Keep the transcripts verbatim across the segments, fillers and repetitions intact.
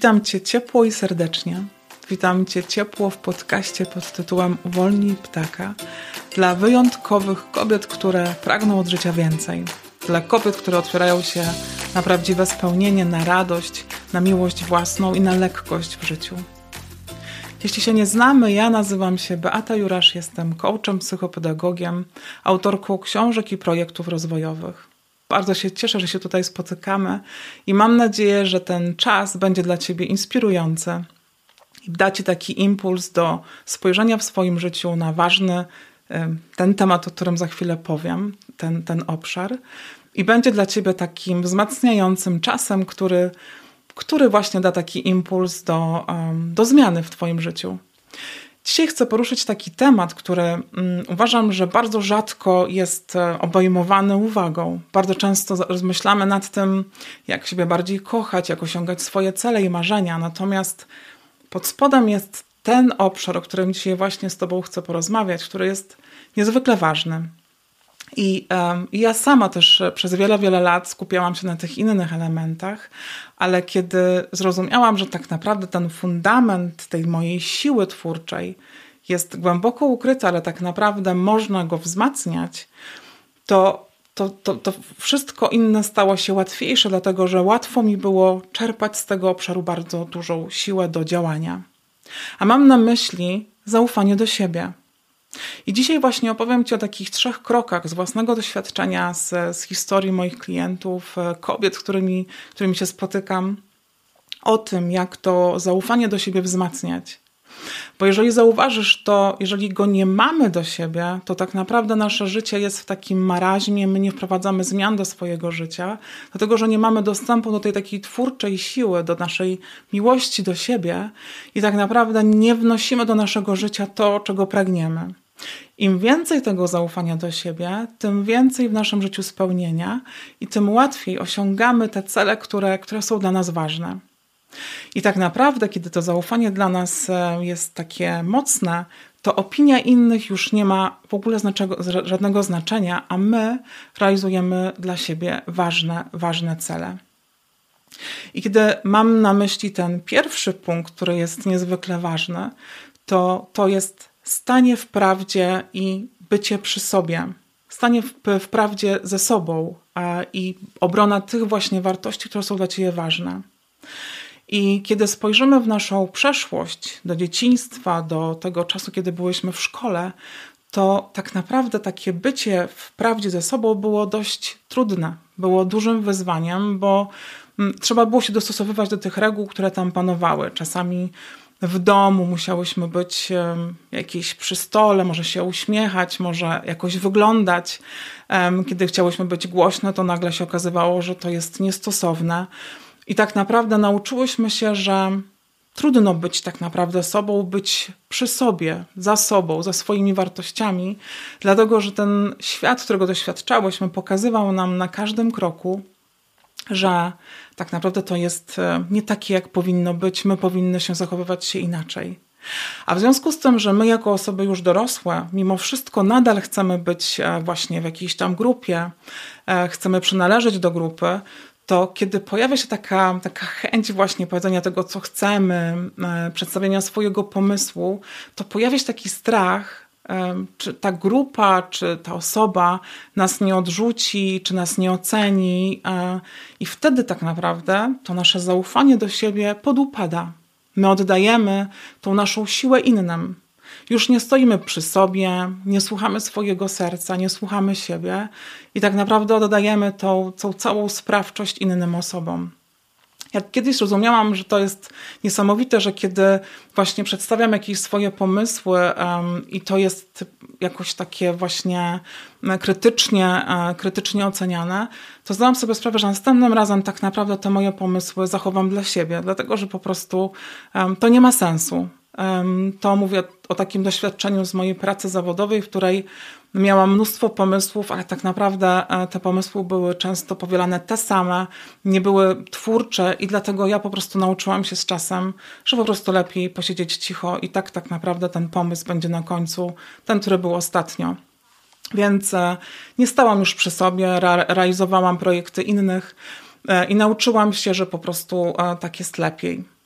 Witam Cię ciepło i serdecznie. Witam Cię ciepło w podcaście pod tytułem Uwolnij ptaka dla wyjątkowych kobiet, które pragną od życia więcej. Dla kobiet, które otwierają się na prawdziwe spełnienie, na radość, na miłość własną i na lekkość w życiu. Jeśli się nie znamy, ja nazywam się Beata Jurasz, jestem coachem, psychopedagogiem, autorką książek i projektów rozwojowych. Bardzo się cieszę, że się tutaj spotykamy i mam nadzieję, że ten czas będzie dla Ciebie inspirujący i da Ci taki impuls do spojrzenia w swoim życiu na ważny ten temat, o którym za chwilę powiem, ten, ten obszar i będzie dla Ciebie takim wzmacniającym czasem, który, który właśnie da taki impuls do, do zmiany w Twoim życiu. Dzisiaj chcę poruszyć taki temat, który um, uważam, że bardzo rzadko jest obejmowany uwagą. Bardzo często rozmyślamy nad tym, jak siebie bardziej kochać, jak osiągać swoje cele i marzenia. Natomiast pod spodem jest ten obszar, o którym dzisiaj właśnie z Tobą chcę porozmawiać, który jest niezwykle ważny. I um, ja sama też przez wiele, wiele lat skupiałam się na tych innych elementach, ale kiedy zrozumiałam, że tak naprawdę ten fundament tej mojej siły twórczej jest głęboko ukryty, ale tak naprawdę można go wzmacniać, to, to, to, to wszystko inne stało się łatwiejsze, dlatego że łatwo mi było czerpać z tego obszaru bardzo dużą siłę do działania. A mam na myśli zaufanie do siebie. I dzisiaj właśnie opowiem Ci o takich trzech krokach z własnego doświadczenia, z, z historii moich klientów, kobiet, z którymi, którymi się spotykam, o tym, jak to zaufanie do siebie wzmacniać. Bo jeżeli zauważysz to, jeżeli go nie mamy do siebie, to tak naprawdę nasze życie jest w takim maraźmie, my nie wprowadzamy zmian do swojego życia, dlatego że nie mamy dostępu do tej takiej twórczej siły, do naszej miłości do siebie i tak naprawdę nie wnosimy do naszego życia to, czego pragniemy. Im więcej tego zaufania do siebie, tym więcej w naszym życiu spełnienia i tym łatwiej osiągamy te cele, które, które są dla nas ważne. I tak naprawdę, kiedy to zaufanie dla nas jest takie mocne, to opinia innych już nie ma w ogóle znaczego, żadnego znaczenia, a my realizujemy dla siebie ważne, ważne cele. I kiedy mam na myśli ten pierwszy punkt, który jest niezwykle ważny, to to jest stanie w prawdzie i bycie przy sobie. Stanie w, w prawdzie ze sobą a, i obrona tych właśnie wartości, które są dla Ciebie ważne. I kiedy spojrzymy w naszą przeszłość, do dzieciństwa, do tego czasu, kiedy byłyśmy w szkole, to tak naprawdę takie bycie w prawdzie ze sobą było dość trudne. Było dużym wyzwaniem, bo m, trzeba było się dostosowywać do tych reguł, które tam panowały. Czasami w domu musiałyśmy być um, jakieś przy stole, może się uśmiechać, może jakoś wyglądać. Um, kiedy chciałyśmy być głośne, to nagle się okazywało, że to jest niestosowne. I tak naprawdę nauczyłyśmy się, że trudno być tak naprawdę sobą, być przy sobie, za sobą, za swoimi wartościami, dlatego że ten świat, którego doświadczałyśmy, pokazywał nam na każdym kroku, że tak naprawdę to jest nie takie, jak powinno być, my powinny się zachowywać się inaczej. A w związku z tym, że my jako osoby już dorosłe, mimo wszystko nadal chcemy być właśnie w jakiejś tam grupie, chcemy przynależeć do grupy, to kiedy pojawia się taka, taka chęć właśnie powiedzenia tego, co chcemy, przedstawienia swojego pomysłu, to pojawia się taki strach, czy ta grupa, czy ta osoba nas nie odrzuci, czy nas nie oceni i wtedy tak naprawdę to nasze zaufanie do siebie podupada. My oddajemy tą naszą siłę innym. Już nie stoimy przy sobie, nie słuchamy swojego serca, nie słuchamy siebie i tak naprawdę oddajemy tą, tą całą sprawczość innym osobom. Ja kiedyś rozumiałam, że to jest niesamowite, że kiedy właśnie przedstawiam jakieś swoje pomysły um, i to jest jakoś takie właśnie krytycznie, uh, krytycznie oceniane, to zdałam sobie sprawę, że następnym razem tak naprawdę te moje pomysły zachowam dla siebie, dlatego że po prostu um, to nie ma sensu. Um, to mówię o takim doświadczeniu z mojej pracy zawodowej, w której miałam mnóstwo pomysłów, ale tak naprawdę te pomysły były często powielane te same, nie były twórcze i dlatego ja po prostu nauczyłam się z czasem, że po prostu lepiej posiedzieć cicho i tak tak naprawdę ten pomysł będzie na końcu ten, który był ostatnio. Więc nie stałam już przy sobie, re- realizowałam projekty innych i nauczyłam się, że po prostu tak jest lepiej.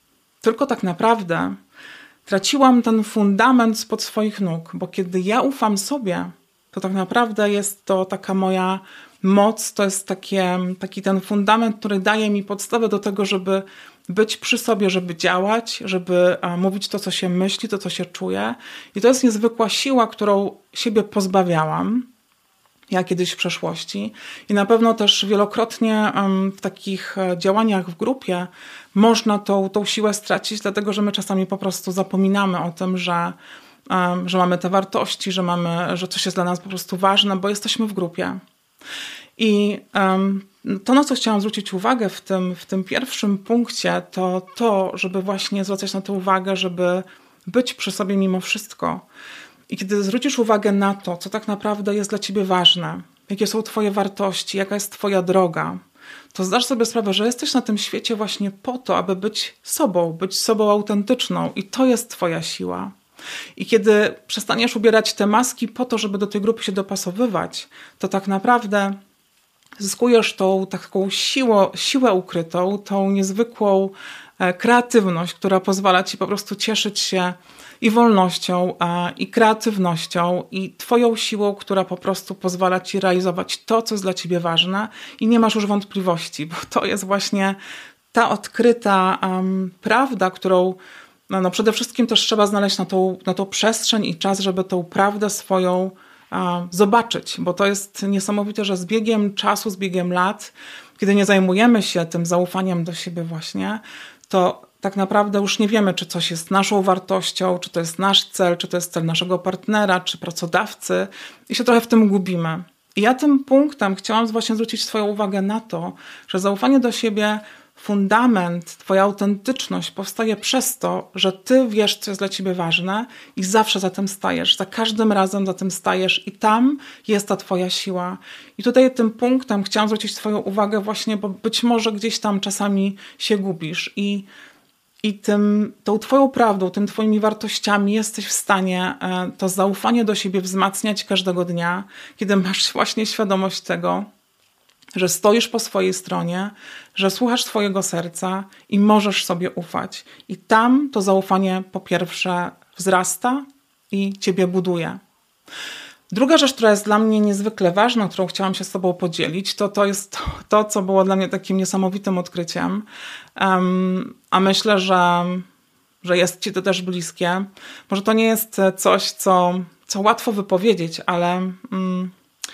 tylko tak naprawdę traciłam ten fundament spod swoich nóg, bo kiedy ja ufam sobie, to tak naprawdę jest to taka moja moc, to jest takie, taki ten fundament, który daje mi podstawę do tego, żeby być przy sobie, żeby działać, żeby mówić to, co się myśli, to, co się czuje. I to jest niezwykła siła, którą siebie pozbawiałam, ja kiedyś w przeszłości. I na pewno też wielokrotnie w takich działaniach w grupie można tą, tą siłę stracić, dlatego że my czasami po prostu zapominamy o tym, że, że mamy te wartości, że, mamy, że coś jest dla nas po prostu ważne, bo jesteśmy w grupie. I um, to, na co chciałam zwrócić uwagę w tym, w tym pierwszym punkcie, to to, żeby właśnie zwracać na to uwagę, żeby być przy sobie mimo wszystko. I kiedy zwrócisz uwagę na to, co tak naprawdę jest dla ciebie ważne, jakie są twoje wartości, jaka jest twoja droga, to zdasz sobie sprawę, że jesteś na tym świecie właśnie po to, aby być sobą, być sobą autentyczną i to jest twoja siła. I kiedy przestaniesz ubierać te maski po to, żeby do tej grupy się dopasowywać, to tak naprawdę zyskujesz tą taką siłę, siłę ukrytą, tą niezwykłą kreatywność, która pozwala ci po prostu cieszyć się i wolnością, i kreatywnością, i twoją siłą, która po prostu pozwala ci realizować to, co jest dla ciebie ważne i nie masz już wątpliwości, bo to jest właśnie ta odkryta um, prawda, którą no, no przede wszystkim też trzeba znaleźć na tą, na tą przestrzeń i czas, żeby tą prawdę swoją a, zobaczyć, bo to jest niesamowite, że z biegiem czasu, z biegiem lat, kiedy nie zajmujemy się tym zaufaniem do siebie właśnie, to tak naprawdę już nie wiemy, czy coś jest naszą wartością, czy to jest nasz cel, czy to jest cel naszego partnera, czy pracodawcy i się trochę w tym gubimy. I ja tym punktem chciałam właśnie zwrócić swoją uwagę na to, że zaufanie do siebie, fundament, twoja autentyczność powstaje przez to, że ty wiesz, co jest dla ciebie ważne i zawsze za tym stajesz, za każdym razem za tym stajesz i tam jest ta twoja siła. I tutaj tym punktem chciałam zwrócić twoją uwagę właśnie, bo być może gdzieś tam czasami się gubisz i I tym, tą twoją prawdą, tym twoimi wartościami jesteś w stanie to zaufanie do siebie wzmacniać każdego dnia, kiedy masz właśnie świadomość tego, że stoisz po swojej stronie, że słuchasz swojego serca i możesz sobie ufać. I tam to zaufanie po pierwsze wzrasta i ciebie buduje. Druga rzecz, która jest dla mnie niezwykle ważna, którą chciałam się z tobą podzielić, to to jest to, to co było dla mnie takim niesamowitym odkryciem. Um, a myślę, że, że jest ci to też bliskie. Może to nie jest coś, co, co łatwo wypowiedzieć, ale um,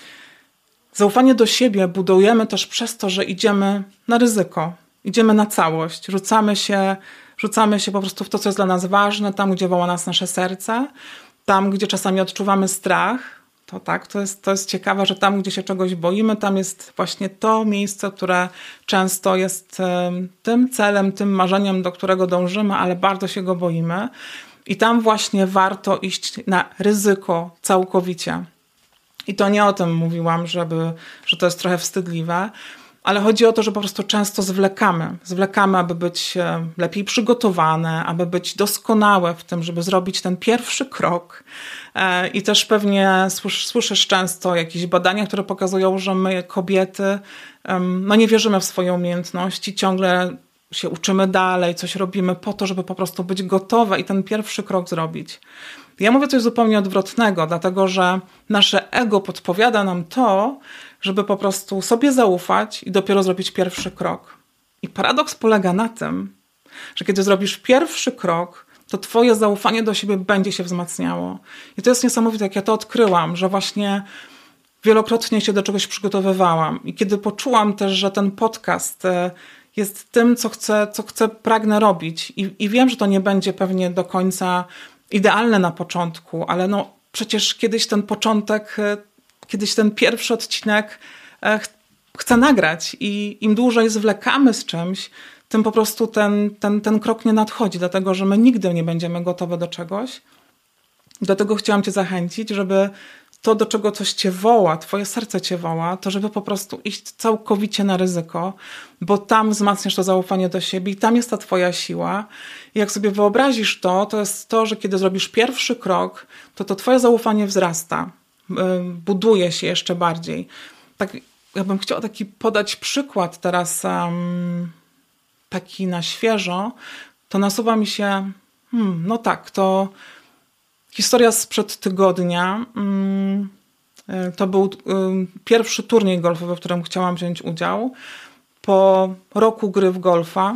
zaufanie do siebie budujemy też przez to, że idziemy na ryzyko. Idziemy na całość. Rzucamy się, rzucamy się po prostu w to, co jest dla nas ważne, tam, gdzie woła nas nasze serce, tam, gdzie czasami odczuwamy strach. To tak, to jest, to jest ciekawe, że tam, gdzie się czegoś boimy, tam jest właśnie to miejsce, które często jest tym celem, tym marzeniem, do którego dążymy, ale bardzo się go boimy. I tam właśnie warto iść na ryzyko całkowicie. I to nie o tym mówiłam, żeby, że to jest trochę wstydliwe, ale chodzi o to, że po prostu często zwlekamy. Zwlekamy, aby być lepiej przygotowane, aby być doskonałe w tym, żeby zrobić ten pierwszy krok. I też pewnie słyszysz często jakieś badania, które pokazują, że my kobiety no nie wierzymy w swoje umiejętności, ciągle się uczymy dalej, coś robimy po to, żeby po prostu być gotowe i ten pierwszy krok zrobić. Ja mówię coś zupełnie odwrotnego, dlatego że nasze ego podpowiada nam to, żeby po prostu sobie zaufać i dopiero zrobić pierwszy krok. I paradoks polega na tym, że kiedy zrobisz pierwszy krok, to twoje zaufanie do siebie będzie się wzmacniało. I to jest niesamowite, jak ja to odkryłam, że właśnie wielokrotnie się do czegoś przygotowywałam. I kiedy poczułam też, że ten podcast jest tym, co chcę, co chcę, pragnę robić. I, i wiem, że to nie będzie pewnie do końca idealne na początku, ale no przecież kiedyś ten początek, kiedyś ten pierwszy odcinek ch- chcę nagrać i im dłużej zwlekamy z czymś, tym po prostu ten, ten, ten krok nie nadchodzi, dlatego że my nigdy nie będziemy gotowe do czegoś. Dlatego chciałam cię zachęcić, żeby to, do czego coś cię woła, twoje serce cię woła, to żeby po prostu iść całkowicie na ryzyko, bo tam wzmacniasz to zaufanie do siebie i tam jest ta twoja siła. I jak sobie wyobrazisz to, to jest to, że kiedy zrobisz pierwszy krok, to to twoje zaufanie wzrasta, buduje się jeszcze bardziej. Tak, ja bym chciała taki podać przykład teraz um, taki na świeżo. to nasuwa mi się, hmm, no tak, to historia sprzed tygodnia. Hmm, to był um, pierwszy turniej golfowy, w którym chciałam wziąć udział. Po roku gry w golfa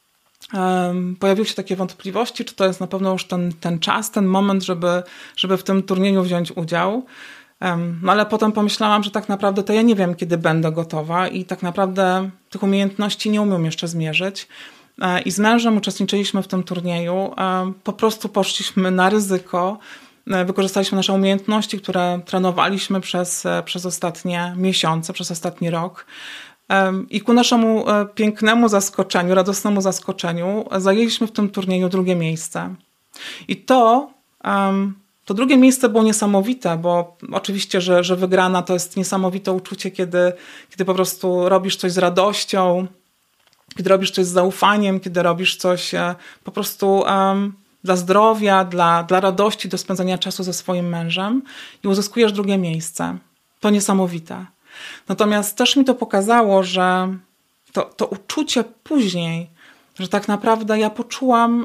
um, pojawiły się takie wątpliwości, czy to jest na pewno już ten, ten czas, ten moment, żeby, żeby w tym turnieju wziąć udział. Um, no ale potem pomyślałam, że tak naprawdę to ja nie wiem, kiedy będę gotowa i tak naprawdę tych umiejętności nie umiem jeszcze zmierzyć. E, I z mężem uczestniczyliśmy w tym turnieju. E, po prostu poszliśmy na ryzyko. E, wykorzystaliśmy nasze umiejętności, które trenowaliśmy przez, e, przez ostatnie miesiące, przez ostatni rok. I ku naszemu pięknemu zaskoczeniu, radosnemu zaskoczeniu zajęliśmy w tym turnieju drugie miejsce. I to, to drugie miejsce było niesamowite, bo oczywiście, że, że wygrana to jest niesamowite uczucie, kiedy, kiedy po prostu robisz coś z radością, kiedy robisz coś z zaufaniem, kiedy robisz coś po prostu um, dla zdrowia, dla, dla radości, do spędzania czasu ze swoim mężem i uzyskujesz drugie miejsce. To niesamowite. Natomiast też mi to pokazało, że to, to uczucie później, że tak naprawdę ja poczułam,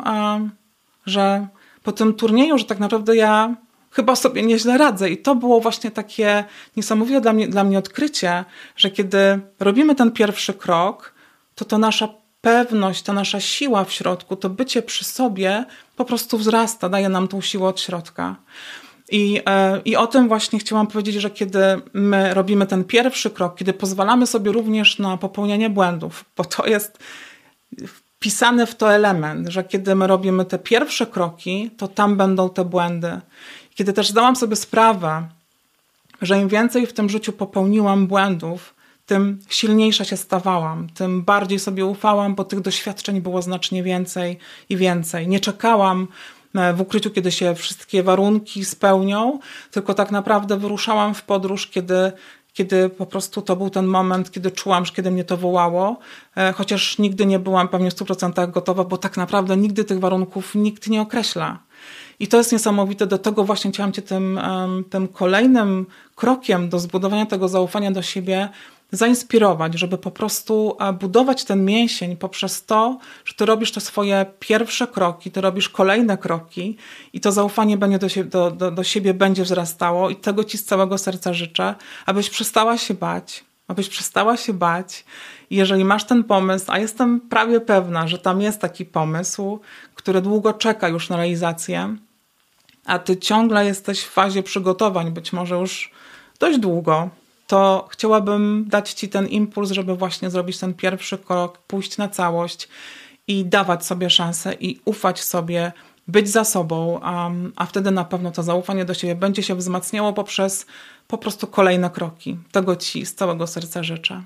że po tym turnieju, że tak naprawdę ja chyba sobie nieźle radzę. I to było właśnie takie niesamowite dla mnie, dla mnie odkrycie, że kiedy robimy ten pierwszy krok, to to nasza pewność, ta nasza siła w środku, to bycie przy sobie po prostu wzrasta, daje nam tą siłę od środka. I, I o tym właśnie chciałam powiedzieć, że kiedy my robimy ten pierwszy krok, kiedy pozwalamy sobie również na popełnianie błędów, bo to jest wpisany w to element, że kiedy my robimy te pierwsze kroki, to tam będą te błędy. Kiedy też zdałam sobie sprawę, że im więcej w tym życiu popełniłam błędów, tym silniejsza się stawałam, tym bardziej sobie ufałam, bo tych doświadczeń było znacznie więcej i więcej. Nie czekałam w ukryciu, kiedy się wszystkie warunki spełnią, tylko tak naprawdę wyruszałam w podróż, kiedy, kiedy po prostu to był ten moment, kiedy czułam, że kiedy mnie to wołało, chociaż nigdy nie byłam pewnie w stu procentach gotowa, bo tak naprawdę nigdy tych warunków nikt nie określa. I to jest niesamowite, do tego właśnie chciałam Cię tym, tym kolejnym krokiem do zbudowania tego zaufania do siebie zainspirować, żeby po prostu budować ten mięsień poprzez to, że Ty robisz te swoje pierwsze kroki, Ty robisz kolejne kroki i to zaufanie będzie do, siebie, do, do, do siebie będzie wzrastało i tego Ci z całego serca życzę, abyś przestała się bać, abyś przestała się bać i jeżeli masz ten pomysł, a jestem prawie pewna, że tam jest taki pomysł, który długo czeka już na realizację, a Ty ciągle jesteś w fazie przygotowań, być może już dość długo, to chciałabym dać Ci ten impuls, żeby właśnie zrobić ten pierwszy krok, pójść na całość i dawać sobie szansę i ufać sobie, być za sobą, a, a wtedy na pewno to zaufanie do siebie będzie się wzmacniało poprzez po prostu kolejne kroki. Tego Ci z całego serca życzę.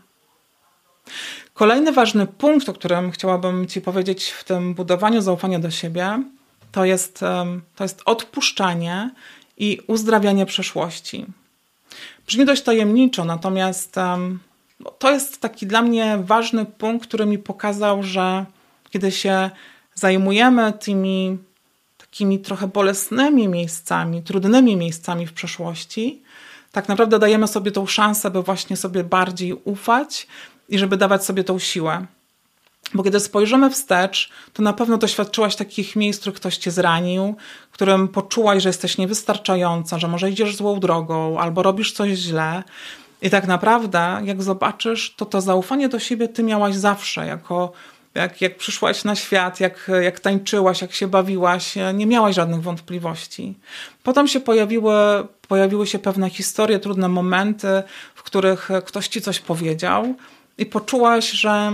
Kolejny ważny punkt, o którym chciałabym Ci powiedzieć w tym budowaniu zaufania do siebie, to jest, to jest odpuszczanie i uzdrawianie przeszłości. Brzmi dość tajemniczo, natomiast um, to jest taki dla mnie ważny punkt, który mi pokazał, że kiedy się zajmujemy tymi takimi trochę bolesnymi miejscami, trudnymi miejscami w przeszłości, tak naprawdę dajemy sobie tą szansę, by właśnie sobie bardziej ufać i żeby dawać sobie tą siłę. Bo kiedy spojrzymy wstecz, to na pewno doświadczyłaś takich miejsc, w których ktoś Cię zranił, w którym poczułaś, że jesteś niewystarczająca, że może idziesz złą drogą albo robisz coś źle. I tak naprawdę, jak zobaczysz, to to zaufanie do siebie Ty miałaś zawsze, jako, jak, jak przyszłaś na świat, jak, jak tańczyłaś, jak się bawiłaś, nie miałaś żadnych wątpliwości. Potem się pojawiły, pojawiły się pewne historie, trudne momenty, w których ktoś Ci coś powiedział i poczułaś, że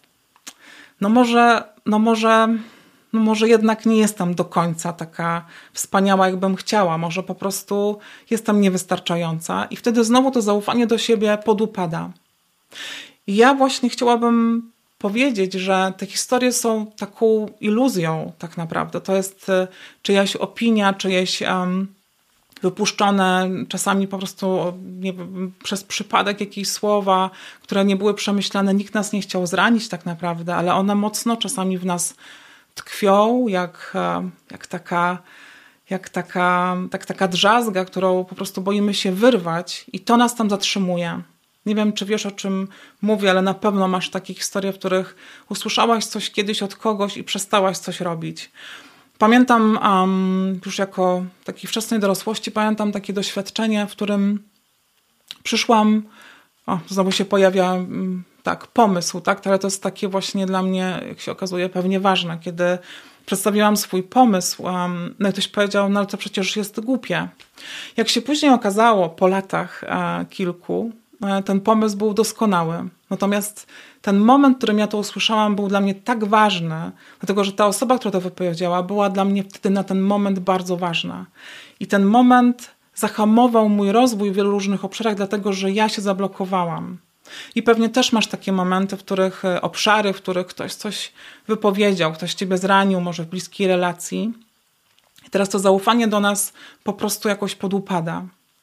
no może, no może, no może jednak nie jestem do końca taka wspaniała, jakbym chciała. Może po prostu jestem niewystarczająca i wtedy znowu to zaufanie do siebie podupada. I ja właśnie chciałabym powiedzieć, że te historie są taką iluzją tak naprawdę. To jest czyjaś opinia, czyjeś um, wypuszczone czasami po prostu nie wiem, przez przypadek jakieś słowa, które nie były przemyślane. Nikt nas nie chciał zranić tak naprawdę, ale one mocno czasami w nas tkwią, jak, jak, taka, jak taka, tak, taka drzazga, którą po prostu boimy się wyrwać i to nas tam zatrzymuje. Nie wiem, czy wiesz, o czym mówię, ale na pewno masz takie historie, w których usłyszałaś coś kiedyś od kogoś i przestałaś coś robić. Pamiętam um, już jako takiej wczesnej dorosłości, pamiętam takie doświadczenie, w którym przyszłam, o, znowu się pojawia um, tak, pomysł, tak, ale to jest takie właśnie dla mnie, jak się okazuje, pewnie ważne, kiedy przedstawiłam swój pomysł, um, no i ktoś powiedział, no ale to przecież jest głupie. Jak się później okazało, po latach e, kilku, e, ten pomysł był doskonały. Natomiast ten moment, w którym ja to usłyszałam, był dla mnie tak ważny, dlatego że ta osoba, która to wypowiedziała, była dla mnie wtedy na ten moment bardzo ważna. I ten moment zahamował mój rozwój w wielu różnych obszarach, dlatego że ja się zablokowałam. I pewnie też masz takie momenty, w których obszary, w których ktoś coś wypowiedział, ktoś ciebie zranił, może w bliskiej relacji. I teraz to zaufanie do nas po prostu jakoś podupada.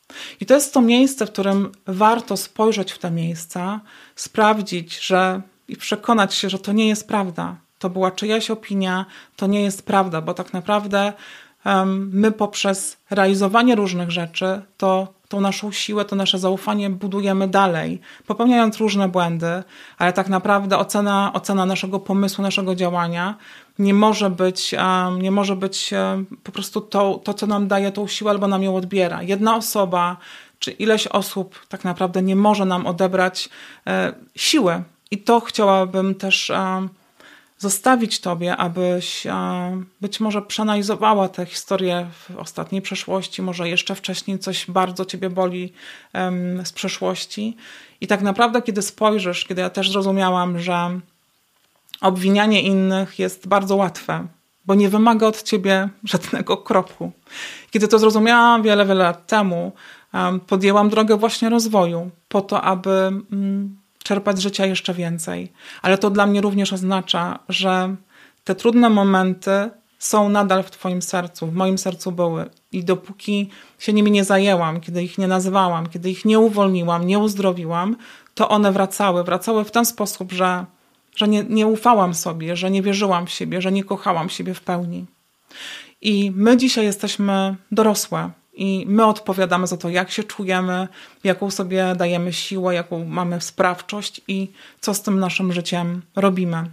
I to jest to miejsce, w którym warto spojrzeć w te miejsca, sprawdzić, że i przekonać się, że to nie jest prawda. To była czyjaś opinia, to nie jest prawda, bo tak naprawdę um, my poprzez realizowanie różnych rzeczy, to tą naszą siłę, to nasze zaufanie budujemy dalej, popełniając różne błędy, ale tak naprawdę ocena, ocena naszego pomysłu, naszego działania nie może być, um, nie może być um, po prostu to, to, co nam daje tą siłę albo nam ją odbiera. Jedna osoba czy ileś osób tak naprawdę nie może nam odebrać e, siły. I to chciałabym też e, zostawić tobie, abyś e, być może przeanalizowała tę historię w ostatniej przeszłości, może jeszcze wcześniej coś bardzo ciebie boli e, z przeszłości. I tak naprawdę, kiedy spojrzysz, kiedy ja też zrozumiałam, że obwinianie innych jest bardzo łatwe, bo nie wymaga od ciebie żadnego kroku. Kiedy to zrozumiałam wiele, wiele lat temu, um, podjęłam drogę właśnie rozwoju po to, aby um, czerpać z życia jeszcze więcej. Ale to dla mnie również oznacza, że te trudne momenty są nadal w twoim sercu, w moim sercu były. I dopóki się nimi nie zajęłam, kiedy ich nie nazywałam, kiedy ich nie uwolniłam, nie uzdrowiłam, to one wracały. Wracały w ten sposób, że że nie, nie ufałam sobie, że nie wierzyłam w siebie, że nie kochałam siebie w pełni. I my dzisiaj jesteśmy dorosłe i my odpowiadamy za to, jak się czujemy, jaką sobie dajemy siłę, jaką mamy sprawczość i co z tym naszym życiem robimy.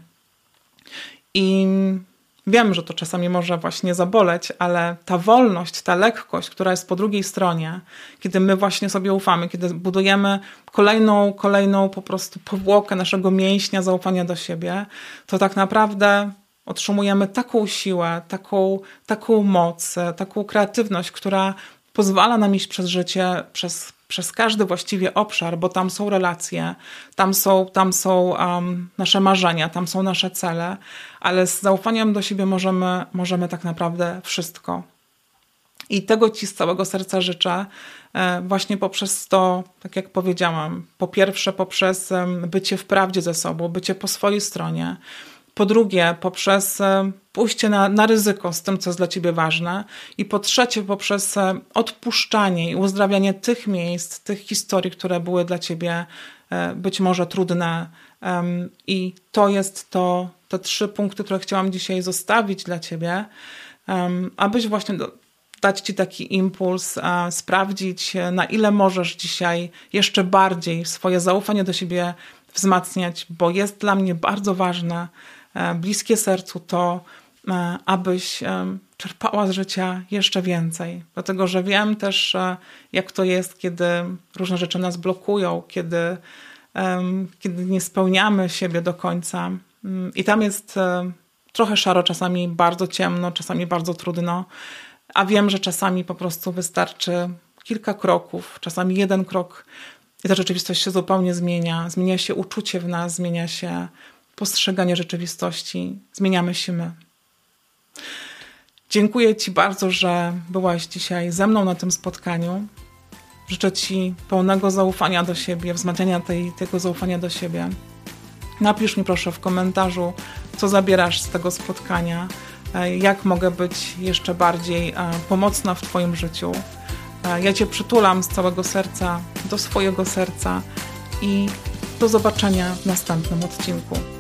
I wiem, że to czasami może właśnie zaboleć, ale ta wolność, ta lekkość, która jest po drugiej stronie, kiedy my właśnie sobie ufamy, kiedy budujemy kolejną, kolejną po prostu powłokę naszego mięśnia zaufania do siebie, to tak naprawdę otrzymujemy taką siłę, taką, taką moc, taką kreatywność, która pozwala nam iść przez życie, przez, przez każdy właściwie obszar, bo tam są relacje, tam są, tam są um, nasze marzenia, tam są nasze cele, ale z zaufaniem do siebie możemy, możemy tak naprawdę wszystko. I tego ci z całego serca życzę, e, właśnie poprzez to, tak jak powiedziałam, po pierwsze poprzez um, bycie w prawdzie ze sobą, bycie po swojej stronie, po drugie, poprzez pójście na, na ryzyko z tym, co jest dla ciebie ważne. I po trzecie, poprzez odpuszczanie i uzdrawianie tych miejsc, tych historii, które były dla ciebie być może trudne. I to jest to, te trzy punkty, które chciałam dzisiaj zostawić dla ciebie, abyś właśnie do, dać ci taki impuls, sprawdzić, na ile możesz dzisiaj jeszcze bardziej swoje zaufanie do siebie wzmacniać, bo jest dla mnie bardzo ważne, bliskie sercu to, abyś czerpała z życia jeszcze więcej. Dlatego, że wiem też, jak to jest, kiedy różne rzeczy nas blokują, kiedy, kiedy nie spełniamy siebie do końca. I tam jest trochę szaro, czasami bardzo ciemno, czasami bardzo trudno, a wiem, że czasami po prostu wystarczy kilka kroków, czasami jeden krok i ta rzeczywistość się zupełnie zmienia. Zmienia się uczucie w nas, zmienia się postrzeganie rzeczywistości, zmieniamy się my. Dziękuję ci bardzo, że byłaś dzisiaj ze mną na tym spotkaniu. Życzę ci pełnego zaufania do siebie, wzmacniania tej, tego zaufania do siebie. Napisz mi proszę w komentarzu, co zabierasz z tego spotkania, jak mogę być jeszcze bardziej pomocna w twoim życiu. Ja cię przytulam z całego serca do swojego serca i do zobaczenia w następnym odcinku.